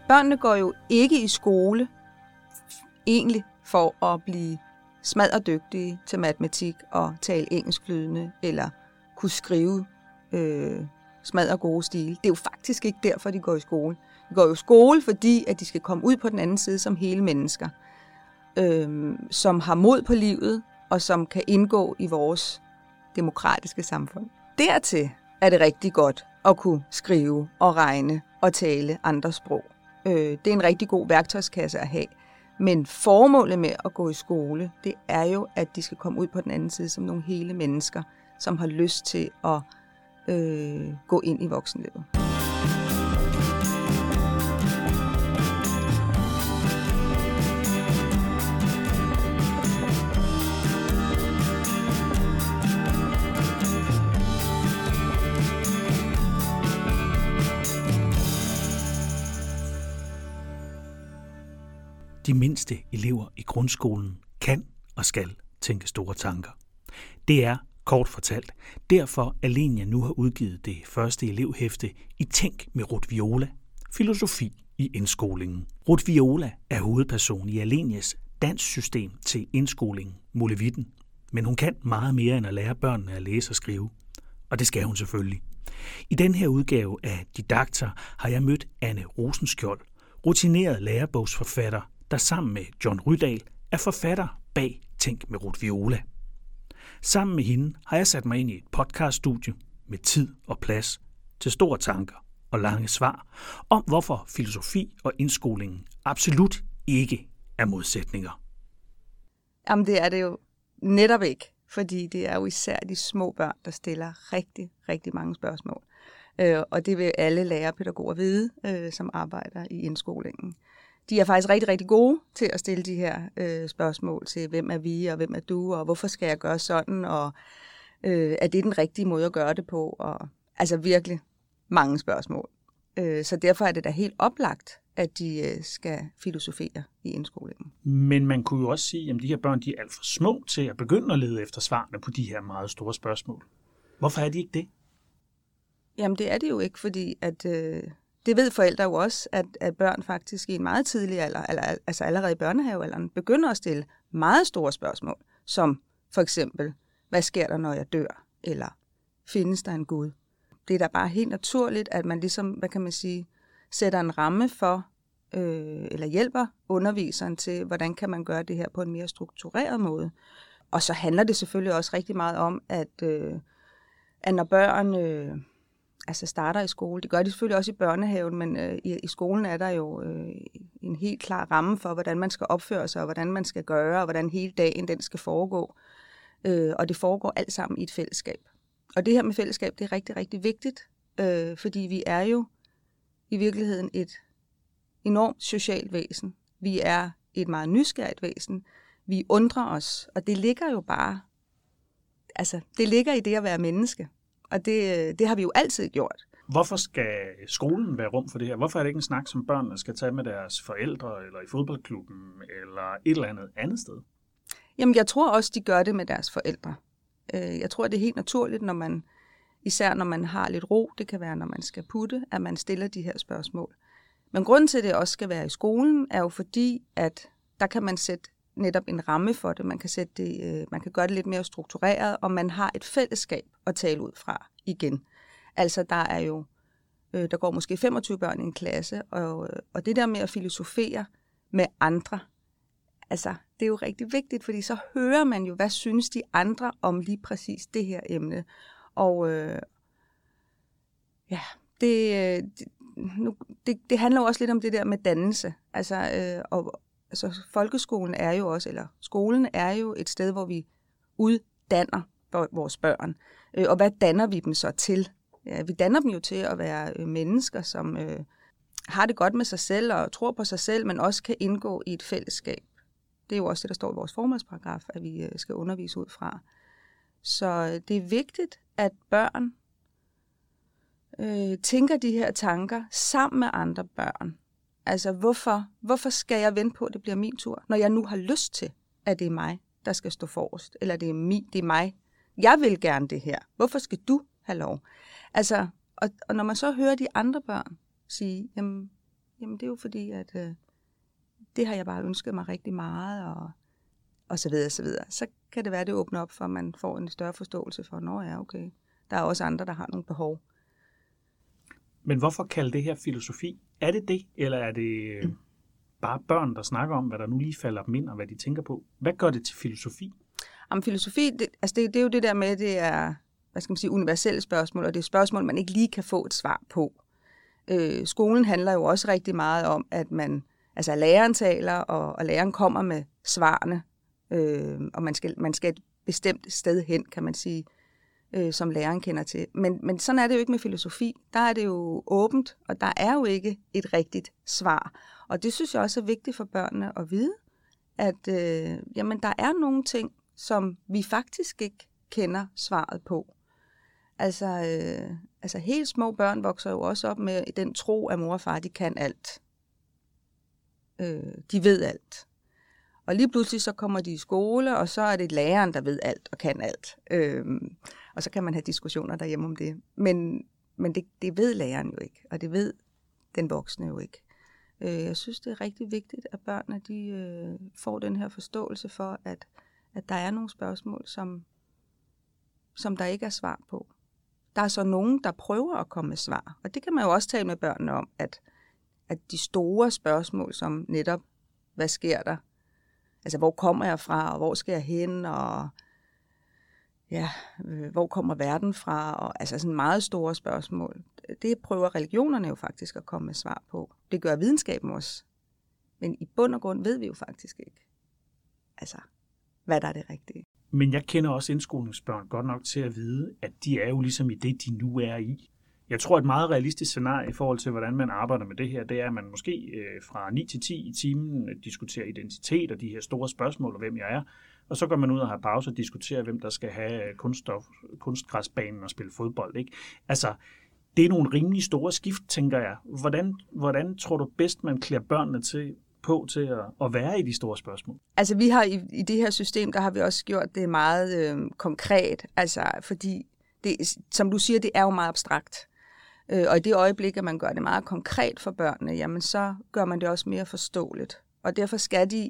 Børnene går jo ikke i skole egentlig for at blive smadderdygtige til matematik og tale engelskflydende eller kunne skrive smadder gode stil. Det er jo faktisk ikke derfor, de går i skole. De går jo i skole, fordi at de skal komme ud på den anden side som hele mennesker, som har mod på livet og som kan indgå i vores demokratiske samfund. Dertil er det rigtig godt at kunne skrive og regne og tale andre sprog. Det er en rigtig god værktøjskasse at have. Men formålet med at gå i skole, det er jo, at de skal komme ud på den anden side som nogle hele mennesker, som har lyst til at gå ind i voksenlivet. De mindste elever i grundskolen kan og skal tænke store tanker. Det er, kort fortalt, derfor Alenia nu har udgivet det første elevhæfte i Tænk med Ruth Viola, filosofi i indskolingen. Ruth Viola er hovedperson i Alenias dansksystem til indskolingen Molevitten, men hun kan meget mere end at lære børnene at læse og skrive, og det skal hun selvfølgelig. I den her udgave af Didakter har jeg mødt Anne Rosenskjold, rutineret lærebogsforfatter, der sammen med John Rydahl er forfatter bag Tænk med Ruth Viola. Sammen med hende har jeg sat mig ind i et podcaststudie med tid og plads til store tanker og lange svar om, hvorfor filosofi og indskolingen absolut ikke er modsætninger. Jamen det er det jo netop ikke, fordi det er jo især de små børn, der stiller rigtig, rigtig mange spørgsmål. Og det vil alle lærerpædagoger vide, som arbejder i indskolingen. De er faktisk rigtig, rigtig gode til at stille de her spørgsmål til, hvem er vi, og hvem er du, og hvorfor skal jeg gøre sådan, og er det den rigtige måde at gøre det på? Og, altså virkelig mange spørgsmål. Så derfor er det da helt oplagt, at de skal filosofere i indskolingen. Men man kunne jo også sige, at de her børn de er alt for små til at begynde at lede efter svarene på de her meget store spørgsmål. Hvorfor er de ikke det? Jamen det er det jo ikke, fordi at... Det ved forældre jo også, at børn faktisk i en meget tidlig alder, altså allerede i børnehavealderen, begynder at stille meget store spørgsmål, som for eksempel, hvad sker der, når jeg dør? Eller findes der en Gud? Det er da bare helt naturligt, at man ligesom, hvad kan man sige, sætter en ramme for, eller hjælper underviseren til, hvordan kan man gøre det her på en mere struktureret måde. Og så handler det selvfølgelig også rigtig meget om, at når børn... altså starter i skole. Det gør de selvfølgelig også i børnehaven, men i skolen er der jo en helt klar ramme for, hvordan man skal opføre sig, og hvordan man skal gøre, og hvordan hele dagen den skal foregå. Og det foregår alt sammen i et fællesskab. Og det her med fællesskab, det er rigtig, rigtig vigtigt, fordi vi er jo i virkeligheden et enormt socialt væsen. Vi er et meget nysgerrigt væsen. Vi undrer os, og det ligger jo bare, altså det ligger i det at være menneske. Og det har vi jo altid gjort. Hvorfor skal skolen være rum for det her? Hvorfor er det ikke en snak, som børnene skal tage med deres forældre, eller i fodboldklubben, eller et eller andet sted? Jamen, jeg tror også, de gør det med deres forældre. Jeg tror, det er helt naturligt, især når man har lidt ro, det kan være, når man skal putte, at man stiller de her spørgsmål. Men grunden til, at det også skal være i skolen, er jo fordi, at der kan man sætte netop en ramme for det. Man kan gøre det lidt mere struktureret, og man har et fællesskab at tale ud fra igen. Altså der går måske 25 børn i en klasse, og det der med at filosofere med andre, altså det er jo rigtig vigtigt, fordi så hører man jo, hvad synes de andre om lige præcis det her emne. Og det handler jo også lidt om det der med dannelse. Altså folkeskolen er jo også, eller skolen er jo et sted, hvor vi uddanner vores børn. Og hvad danner vi dem så til? Ja, vi danner dem jo til at være mennesker, som har det godt med sig selv og tror på sig selv, men også kan indgå i et fællesskab. Det er jo også det, der står i vores formålsparagraf, at vi skal undervise ud fra. Så det er vigtigt, at børn tænker de her tanker sammen med andre børn. Altså, hvorfor skal jeg vente på, at det bliver min tur, når jeg nu har lyst til, at det er mig, der skal stå forrest, eller det er mig. Jeg vil gerne det her. Hvorfor skal du have lov? Altså, og når man så hører de andre børn sige, jamen, Jamen det er jo fordi, at det har jeg bare ønsket mig rigtig meget, og så videre, så videre. Så kan det være, det åbner op for, at man får en større forståelse for, nå ja, okay, der er også andre, der har nogle behov. Men hvorfor kalde det her filosofi? Er det, eller er det bare børn, der snakker om, hvad der nu lige falder dem ind, og hvad de tænker på? Hvad gør det til filosofi? Jamen filosofi, det er jo det der med, det er, hvad skal man sige, universelle spørgsmål, og det er spørgsmål, man ikke lige kan få et svar på. Skolen handler jo også rigtig meget om, at læreren taler, og læreren kommer med svarene, og man skal et bestemt sted hen, kan man sige, som læreren kender til. Men sådan er det jo ikke med filosofi. Der er det jo åbent, og der er jo ikke et rigtigt svar. Og det synes jeg også er vigtigt for børnene at vide, at der er nogle ting, som vi faktisk ikke kender svaret på. Altså helt små børn vokser jo også op med den tro, at mor og far, de kan alt. De ved alt. Og lige pludselig så kommer de i skole, og så er det læreren, der ved alt og kan alt. Og så kan man have diskussioner derhjemme om det. Men det ved læreren jo ikke, og det ved den voksne jo ikke. Jeg synes, det er rigtig vigtigt, at børnene de får den her forståelse for, at der er nogle spørgsmål, som der ikke er svar på. Der er så nogen, der prøver at komme med svar. Og det kan man jo også tale med børnene om, at de store spørgsmål, som netop, hvad sker der? Altså, hvor kommer jeg fra, og hvor skal jeg hen, og ja, hvor kommer verden fra? Og, altså sådan meget store spørgsmål. Det prøver religionerne jo faktisk at komme med svar på. Det gør videnskaben også. Men i bund og grund ved vi jo faktisk ikke, altså, hvad der er det rigtige. Men jeg kender også indskolingsbørn godt nok til at vide, at de er jo ligesom i det, de nu er i. Jeg tror, et meget realistisk scenarie i forhold til, hvordan man arbejder med det her, det er, at man måske fra 9 til 10 i timen diskuterer identitet og de her store spørgsmål, og hvem jeg er. Og så går man ud og har pause og diskuterer, hvem der skal have kunstgræsbanen og spille fodbold. Ikke? Altså, det er nogle rimelig store skift, tænker jeg. Hvordan tror du bedst, man klæder børnene til at være i de store spørgsmål? Altså, vi har i det her system, der har vi også gjort det meget konkret. Altså, fordi det, som du siger, det er jo meget abstrakt. Og i det øjeblik, at man gør det meget konkret for børnene, jamen så gør man det også mere forståeligt. Og derfor skal de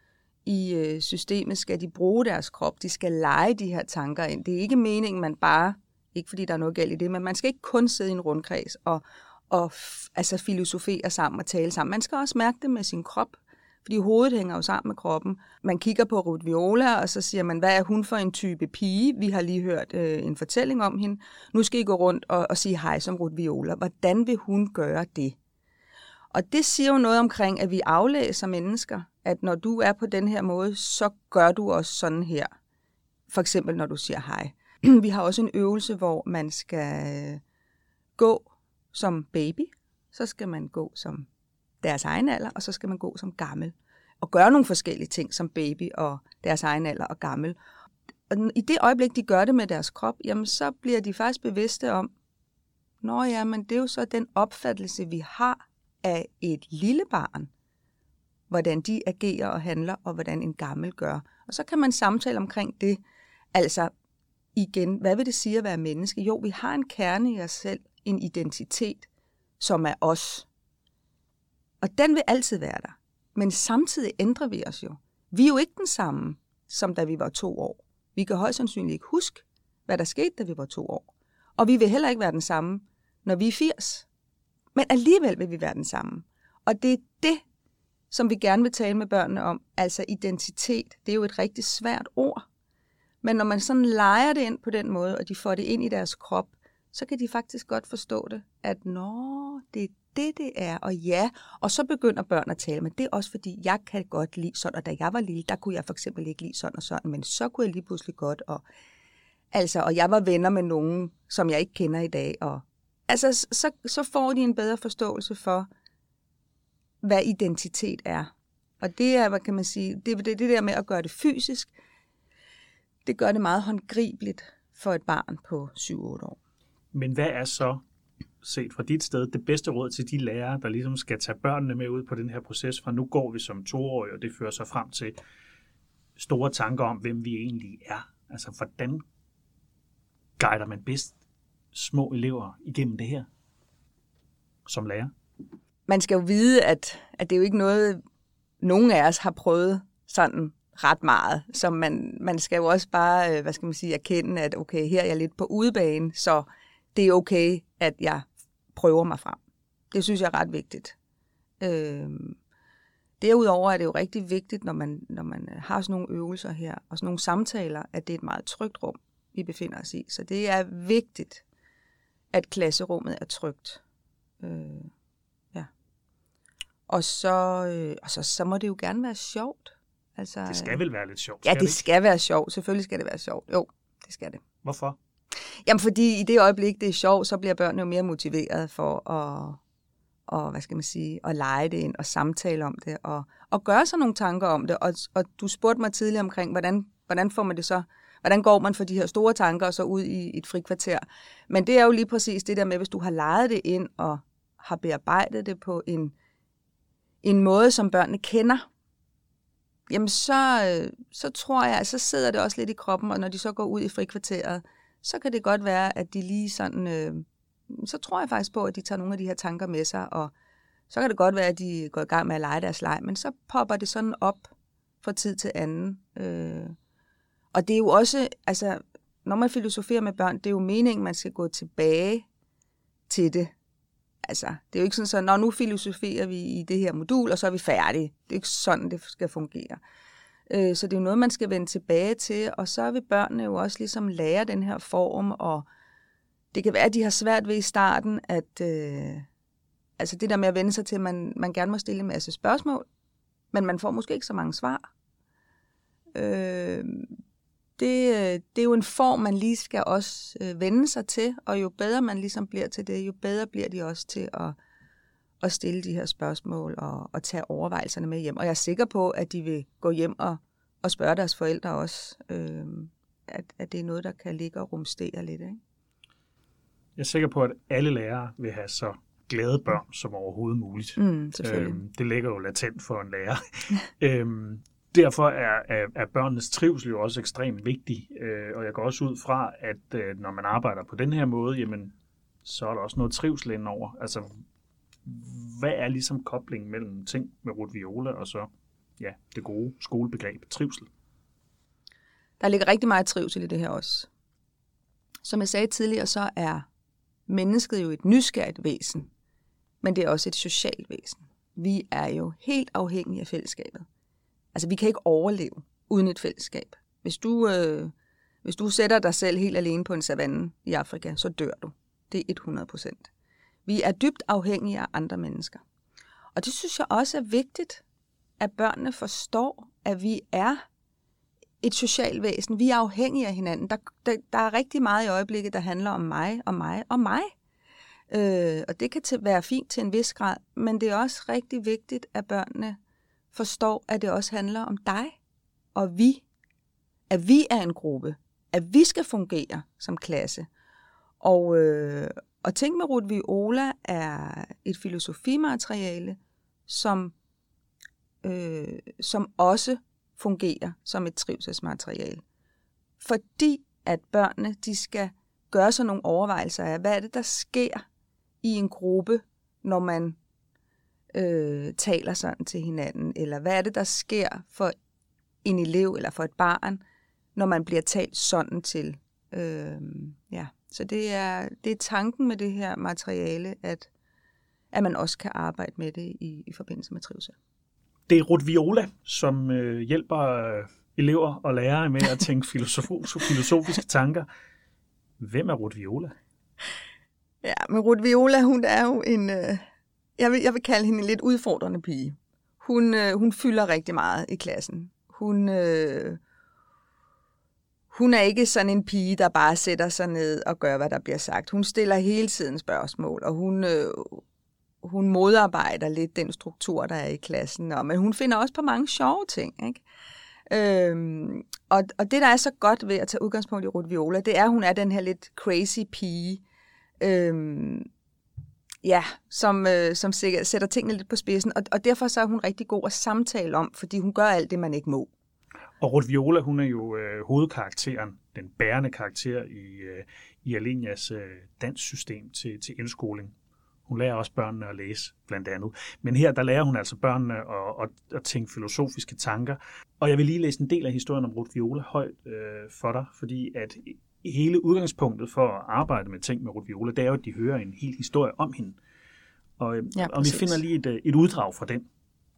i systemet skal de bruge deres krop. De skal lege de her tanker ind. Det er ikke meningen, man bare, ikke fordi der er noget galt i det, men man skal ikke kun sidde i en rundkreds og filosofere sammen og tale sammen. Man skal også mærke det med sin krop, fordi hovedet hænger jo sammen med kroppen. Man kigger på Ruth Viola, og så siger man, hvad er hun for en type pige? Vi har lige hørt en fortælling om hende. Nu skal I gå rundt og sige hej som Ruth Viola. Hvordan vil hun gøre det? Og det siger jo noget omkring, at vi aflæser mennesker, at når du er på den her måde, så gør du også sådan her. For eksempel, når du siger hej. Vi har også en øvelse, hvor man skal gå som baby, så skal man gå som deres egen alder, og så skal man gå som gammel. Og gøre nogle forskellige ting som baby og deres egen alder og gammel. Og i det øjeblik, de gør det med deres krop, jamen så bliver de faktisk bevidste om, nå ja, men det er jo så den opfattelse, vi har af et lille barn. Hvordan de agerer og handler, og hvordan en gammel gør. Og så kan man samtale omkring det. Altså igen, hvad vil det sige at være menneske? Jo, vi har en kerne i os selv, en identitet, som er os. Og den vil altid være der. Men samtidig ændrer vi os jo. Vi er jo ikke den samme, som da vi var 2 år. Vi kan højst sandsynligt ikke huske, hvad der skete, da vi var 2 år. Og vi vil heller ikke være den samme, når vi er 80. Men alligevel vil vi være den samme. Og det er det, som vi gerne vil tale med børnene om. Altså identitet. Det er jo et rigtig svært ord. Men når man sådan leger det ind på den måde, og de får det ind i deres krop, så kan de faktisk godt forstå det, at nå, det er det er, og ja, og så begynder børn at tale, men det er også fordi, jeg kan godt lide sådan, og da jeg var lille, der kunne jeg for eksempel ikke lide sådan og sådan, men så kunne jeg lige pludselig godt, og jeg var venner med nogen, som jeg ikke kender i dag, og så får de en bedre forståelse for, hvad identitet er. Og det er, hvad kan man sige, det der med at gøre det fysisk, det gør det meget håndgribeligt for et barn på 7-8 år. Men hvad er så, set fra dit sted, det bedste råd til de lærere, der ligesom skal tage børnene med ud på den her proces, fra nu går vi som 2-årige, og det fører sig frem til store tanker om, hvem vi egentlig er. Altså, hvordan guider man bedst små elever igennem det her som lærer? man skal jo vide, at det er jo ikke noget, nogen af os har prøvet sådan ret meget. Så man skal jo også bare, erkende, at okay, her er jeg lidt på udebane, så det er okay, at jeg prøver mig frem. Det synes jeg er ret vigtigt. Derudover er det jo rigtig vigtigt, når man har sådan nogle øvelser her, og sådan nogle samtaler, at det er et meget trygt rum, vi befinder os i. Så det er vigtigt, at klasserummet er trygt. Ja. Og så må det jo gerne være sjovt. Altså, det skal vel være lidt sjovt? Ja, det skal være sjovt. Selvfølgelig skal det være sjovt. Jo, det skal det. Hvorfor? Jamen, fordi i det øjeblik, det er sjovt, så bliver børnene jo mere motiveret for at lege det ind og samtale om det og gøre sig nogle tanker om det. Og du spurgte mig tidligere omkring, hvordan får man det så? Hvordan går man for de her store tanker og så ud i et frikvarter? Men det er jo lige præcis det der med, hvis du har leget det ind og har bearbejdet det på en måde, som børnene kender, jamen så tror jeg, at så sidder det også lidt i kroppen, og når de så går ud i frikvarteret, så kan det godt være, at de lige sådan, så tror jeg faktisk på, at de tager nogle af de her tanker med sig, og så kan det godt være, at de går i gang med at lege deres leg, men så popper det sådan op fra tid til anden. Og det er jo også, altså, når man filosoferer med børn, det er jo meningen, man skal gå tilbage til det. Altså, det er jo ikke sådan, så nu filosoferer vi i det her modul, og så er vi færdige. Det er ikke sådan, det skal fungere. Så det er jo noget, man skal vende tilbage til, og så vil børnene jo også ligesom lære den her form, og det kan være, at de har svært ved i starten, at altså det der med at vende sig til, at man gerne må stille en masse spørgsmål, men man får måske ikke så mange svar. Det er jo en form, man lige skal også vende sig til, og jo bedre man ligesom bliver til det, jo bedre bliver de også til at stille de her spørgsmål og tage overvejelserne med hjem. Og jeg er sikker på, at de vil gå hjem og spørge deres forældre også, at det er noget, der kan ligge og rumstere lidt. Ikke? Jeg er sikker på, at alle lærere vil have så glade børn som overhovedet muligt. Selvfølgelig. Det ligger jo latent for en lærer. Derfor er børnenes trivsel jo også ekstremt vigtig, og jeg går også ud fra, at når man arbejder på den her måde, jamen, så er der også noget trivsel indover. Altså, hvad er ligesom koblingen mellem ting med Ruth Viola og så det gode skolebegreb trivsel? Der ligger rigtig meget trivsel i det her også. Som jeg sagde tidligere, så er mennesket jo et nysgerrigt væsen, men det er også et socialt væsen. Vi er jo helt afhængige af fællesskabet. Altså, vi kan ikke overleve uden et fællesskab. Hvis du sætter dig selv helt alene på en savanne i Afrika, så dør du. Det er 100%. Vi er dybt afhængige af andre mennesker. Og det synes jeg også er vigtigt, at børnene forstår, at vi er et socialt væsen. Vi er afhængige af hinanden. Der er rigtig meget i øjeblikket, der handler om mig og mig og mig. Og det kan være fint til en vis grad, men det er også rigtig vigtigt, at børnene forstår, at det også handler om dig og vi. At vi er en gruppe. At vi skal fungere som klasse. Og Tænk med Ruth Viola er et filosofimateriale, som også fungerer som et trivselsmateriale. Fordi at børnene, de skal gøre sig nogle overvejelser af, hvad er det, der sker i en gruppe, når man taler sådan til hinanden, eller hvad er det, der sker for en elev eller for et barn, når man bliver talt sådan til. Så det er tanken med det her materiale, at man også kan arbejde med det i forbindelse med trivsel. Det er Ruth Viola, som hjælper elever og lærere med at tænke filosofiske tanker. Hvem er Ruth Viola? Ja, men Ruth Viola, hun er jo en... Jeg vil kalde hende en lidt udfordrende pige. Hun fylder rigtig meget i klassen. Hun er ikke sådan en pige, der bare sætter sig ned og gør, hvad der bliver sagt. Hun stiller hele tiden spørgsmål, og hun modarbejder lidt den struktur, der er i klassen. Men hun finder også på mange sjove ting, ikke? Og det, der er så godt ved at tage udgangspunkt i Ruth Viola, det er, at hun er den her lidt crazy pige, som sætter tingene lidt på spidsen. Og derfor så er hun rigtig god at samtale om, fordi hun gør alt det, man ikke må. Og Ruth Viola, hun er jo hovedkarakteren, den bærende karakter i Alenias danssystem til indskoling. Hun lærer også børnene at læse, blandt andet. Men her, der lærer hun altså børnene at tænke filosofiske tanker. Og jeg vil lige læse en del af historien om Ruth Viola højt for dig, fordi at hele udgangspunktet for at arbejde med Tænk med Ruth Viola, det er jo, at de hører en hel historie om hende. Og vi finder lige et uddrag fra den.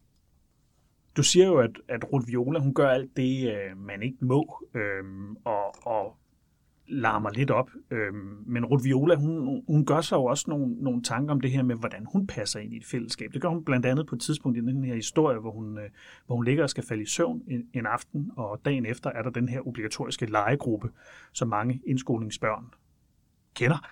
Du siger jo, at Ruth Viola, hun gør alt det, man ikke må, og larmer lidt op. Men Ruth Viola, hun gør sig jo også nogle tanker om det her med, hvordan hun passer ind i et fællesskab. Det gør hun blandt andet på et tidspunkt i den her historie, hvor hun ligger og skal falde i søvn en aften, og dagen efter er der den her obligatoriske legegruppe, som mange indskolingsbørn kender.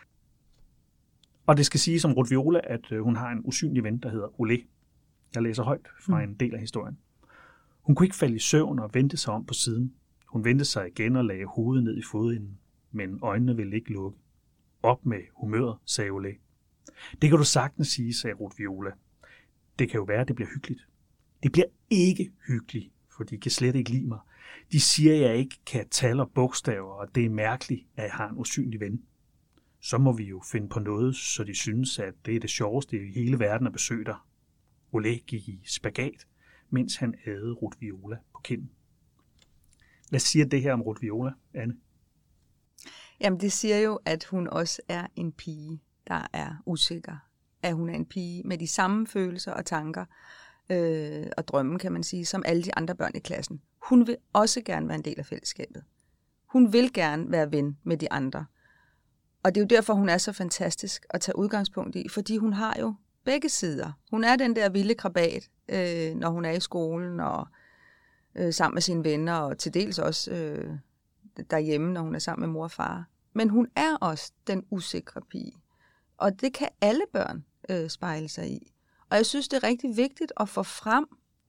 Og det skal siges om Ruth Viola, at hun har en usynlig ven, der hedder Olé. Jeg læser højt fra en del af historien. Hun kunne ikke falde i søvn og vendte sig om på siden. Hun vendte sig igen og lagde hovedet ned i fodenden, men øjnene ville ikke lukke. Op med humøret, sagde Olé. Det kan du sagtens sige, sagde Ruth Viola. Det kan jo være, at det bliver hyggeligt. Det bliver ikke hyggeligt, for de kan slet ikke lide mig. De siger, at jeg ikke kan tale og bogstaver, og det er mærkeligt, at jeg har en usynlig ven. Så må vi jo finde på noget, så de synes, at det er det sjoveste i hele verden at besøge dig. Olé gik i spagat, mens han ædede Ruth Viola på kinden. Hvad siger det her om Ruth Viola, Anne? Jamen, det siger jo, at hun også er en pige, der er usikker. At hun er en pige med de samme følelser og tanker og drømme, kan man sige, som alle de andre børn i klassen. Hun vil også gerne være en del af fællesskabet. Hun vil gerne være ven med de andre. Og det er jo derfor, hun er så fantastisk at tage udgangspunkt i, fordi hun har jo begge sider. Hun er den der vilde krabat, når hun er i skolen og sammen med sine venner, og til dels også derhjemme, når hun er sammen med mor og far. Men hun er også den usikre pige. Og det kan alle børn spejle sig i. Og jeg synes, det er rigtig vigtigt at få frem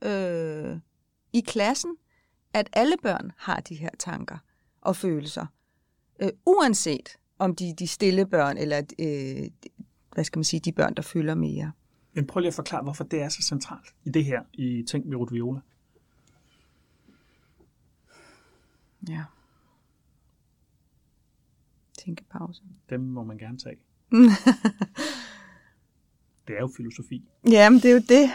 i klassen, at alle børn har de her tanker og følelser. Uanset om de stille børn, eller hvad skal man sige, de børn, der fylder mere. Men prøv lige at forklare, hvorfor det er så centralt i det her, i Tænk med Ruth Viola. Ja. Tænkepause. Dem må man gerne tage. Det er jo filosofi. Jamen, det er jo det.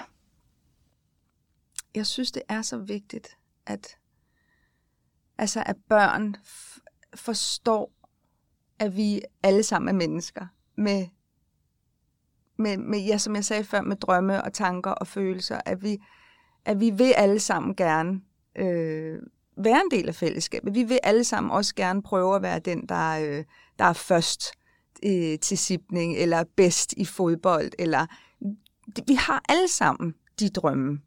Jeg synes, det er så vigtigt, at børn forstår, at vi alle sammen er mennesker. Med ja, som jeg sagde før, med drømme og tanker og følelser. At vi vil alle sammen gerne være en del af fællesskabet. Vi vil alle sammen også gerne prøve at være den, der er først til sipning, eller bedst i fodbold. Eller vi har alle sammen de drømme.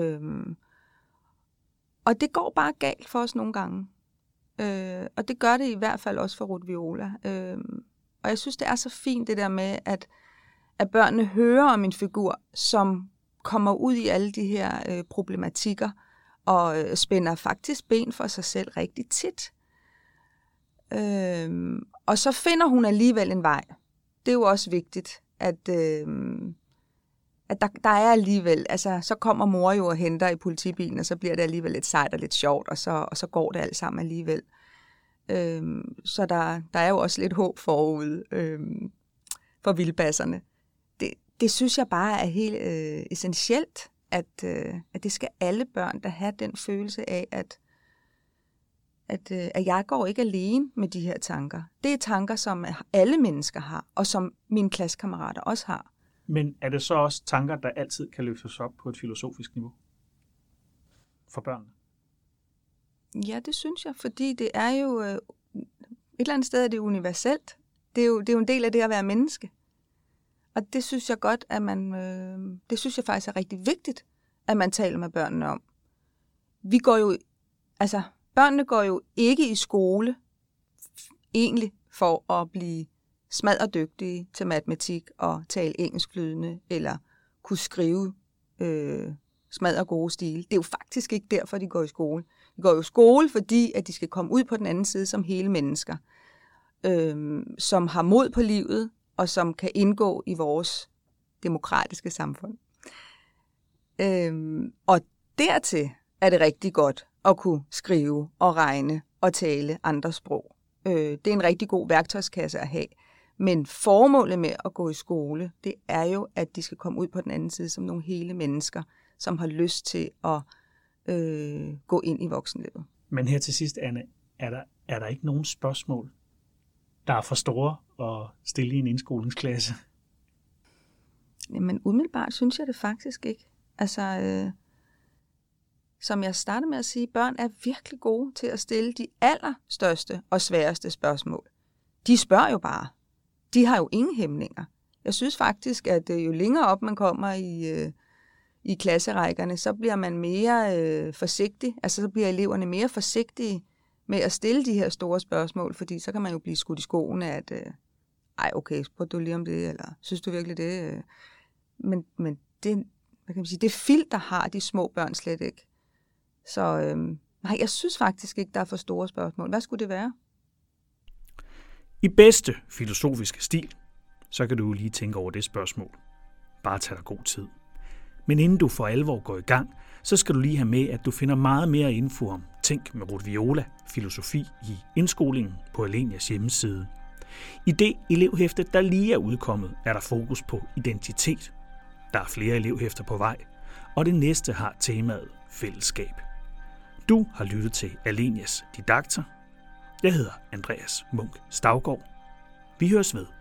Og det går bare galt for os nogle gange. Og det gør det i hvert fald også for Ruth Viola. Og jeg synes, det er så fint det der med, at børnene hører om en figur, som kommer ud i alle de her problematikker, og spænder faktisk ben for sig selv rigtig tit. Og så finder hun alligevel en vej. Det er jo også vigtigt, at der er alligevel, altså så kommer mor jo og henter i politibilen, og så bliver det alligevel lidt sejt og lidt sjovt, og så går det alt sammen alligevel. Så der er jo også lidt håb forude for vildbasserne. Det synes jeg bare er helt essentielt, at det skal alle børn, der have den følelse af, at jeg går ikke alene med de her tanker. Det er tanker, som alle mennesker har, og som mine klassekammerater også har. Men er det så også tanker, der altid kan løftes op på et filosofisk niveau for børnene? Ja, det synes jeg, fordi det er jo et eller andet sted er det universelt. Det er jo en del af det at være menneske. Og det synes jeg godt, at det synes jeg faktisk er rigtig vigtigt, at man taler med børnene om. Børnene går jo ikke i skole egentlig for at blive smadderdygtige til matematik og tale engelskflydende, eller kunne skrive smaddergode stile. Det er jo faktisk ikke derfor, de går i skole. De går jo i skole, fordi at de skal komme ud på den anden side som hele mennesker, som har mod på livet, og som kan indgå i vores demokratiske samfund. Og dertil er det rigtig godt at kunne skrive og regne og tale andre sprog. Det er en rigtig god værktøjskasse at have. Men formålet med at gå i skole, det er jo, at de skal komme ud på den anden side som nogle hele mennesker, som har lyst til at gå ind i voksenlivet. Men her til sidst, Anne, er der ikke nogen spørgsmål, der er for store at stille i en indskolingsklasse? Jamen umiddelbart synes jeg det faktisk ikke. Altså, som jeg startede med at sige, børn er virkelig gode til at stille de allerstørste og sværeste spørgsmål. De spørger jo bare. De har jo ingen hæmninger. Jeg synes faktisk, at jo længere op man kommer i klasserækkerne, så bliver man mere forsigtig. Altså så bliver eleverne mere forsigtige med at stille de her store spørgsmål, fordi så kan man jo blive skudt i skoene, at okay, spurgte du lige om det, eller synes du virkelig det? Men det, hvad kan man sige, det filter har de små børn slet ikke. Så nej, jeg synes faktisk ikke, der er for store spørgsmål. Hvad skulle det være? I bedste filosofiske stil, så kan du lige tænke over det spørgsmål. Bare tag dig god tid. Men inden du for alvor går i gang, så skal du lige have med, at du finder meget mere info om Tænk med Ruth Viola, filosofi i indskolingen på Alenias hjemmeside. I det elevhæfte, der lige er udkommet, er der fokus på identitet. Der er flere elevhæfter på vej, og det næste har temaet fællesskab. Du har lyttet til Alenias Didakter. Jeg hedder Andreas Munk Staugaard. Vi høres ved.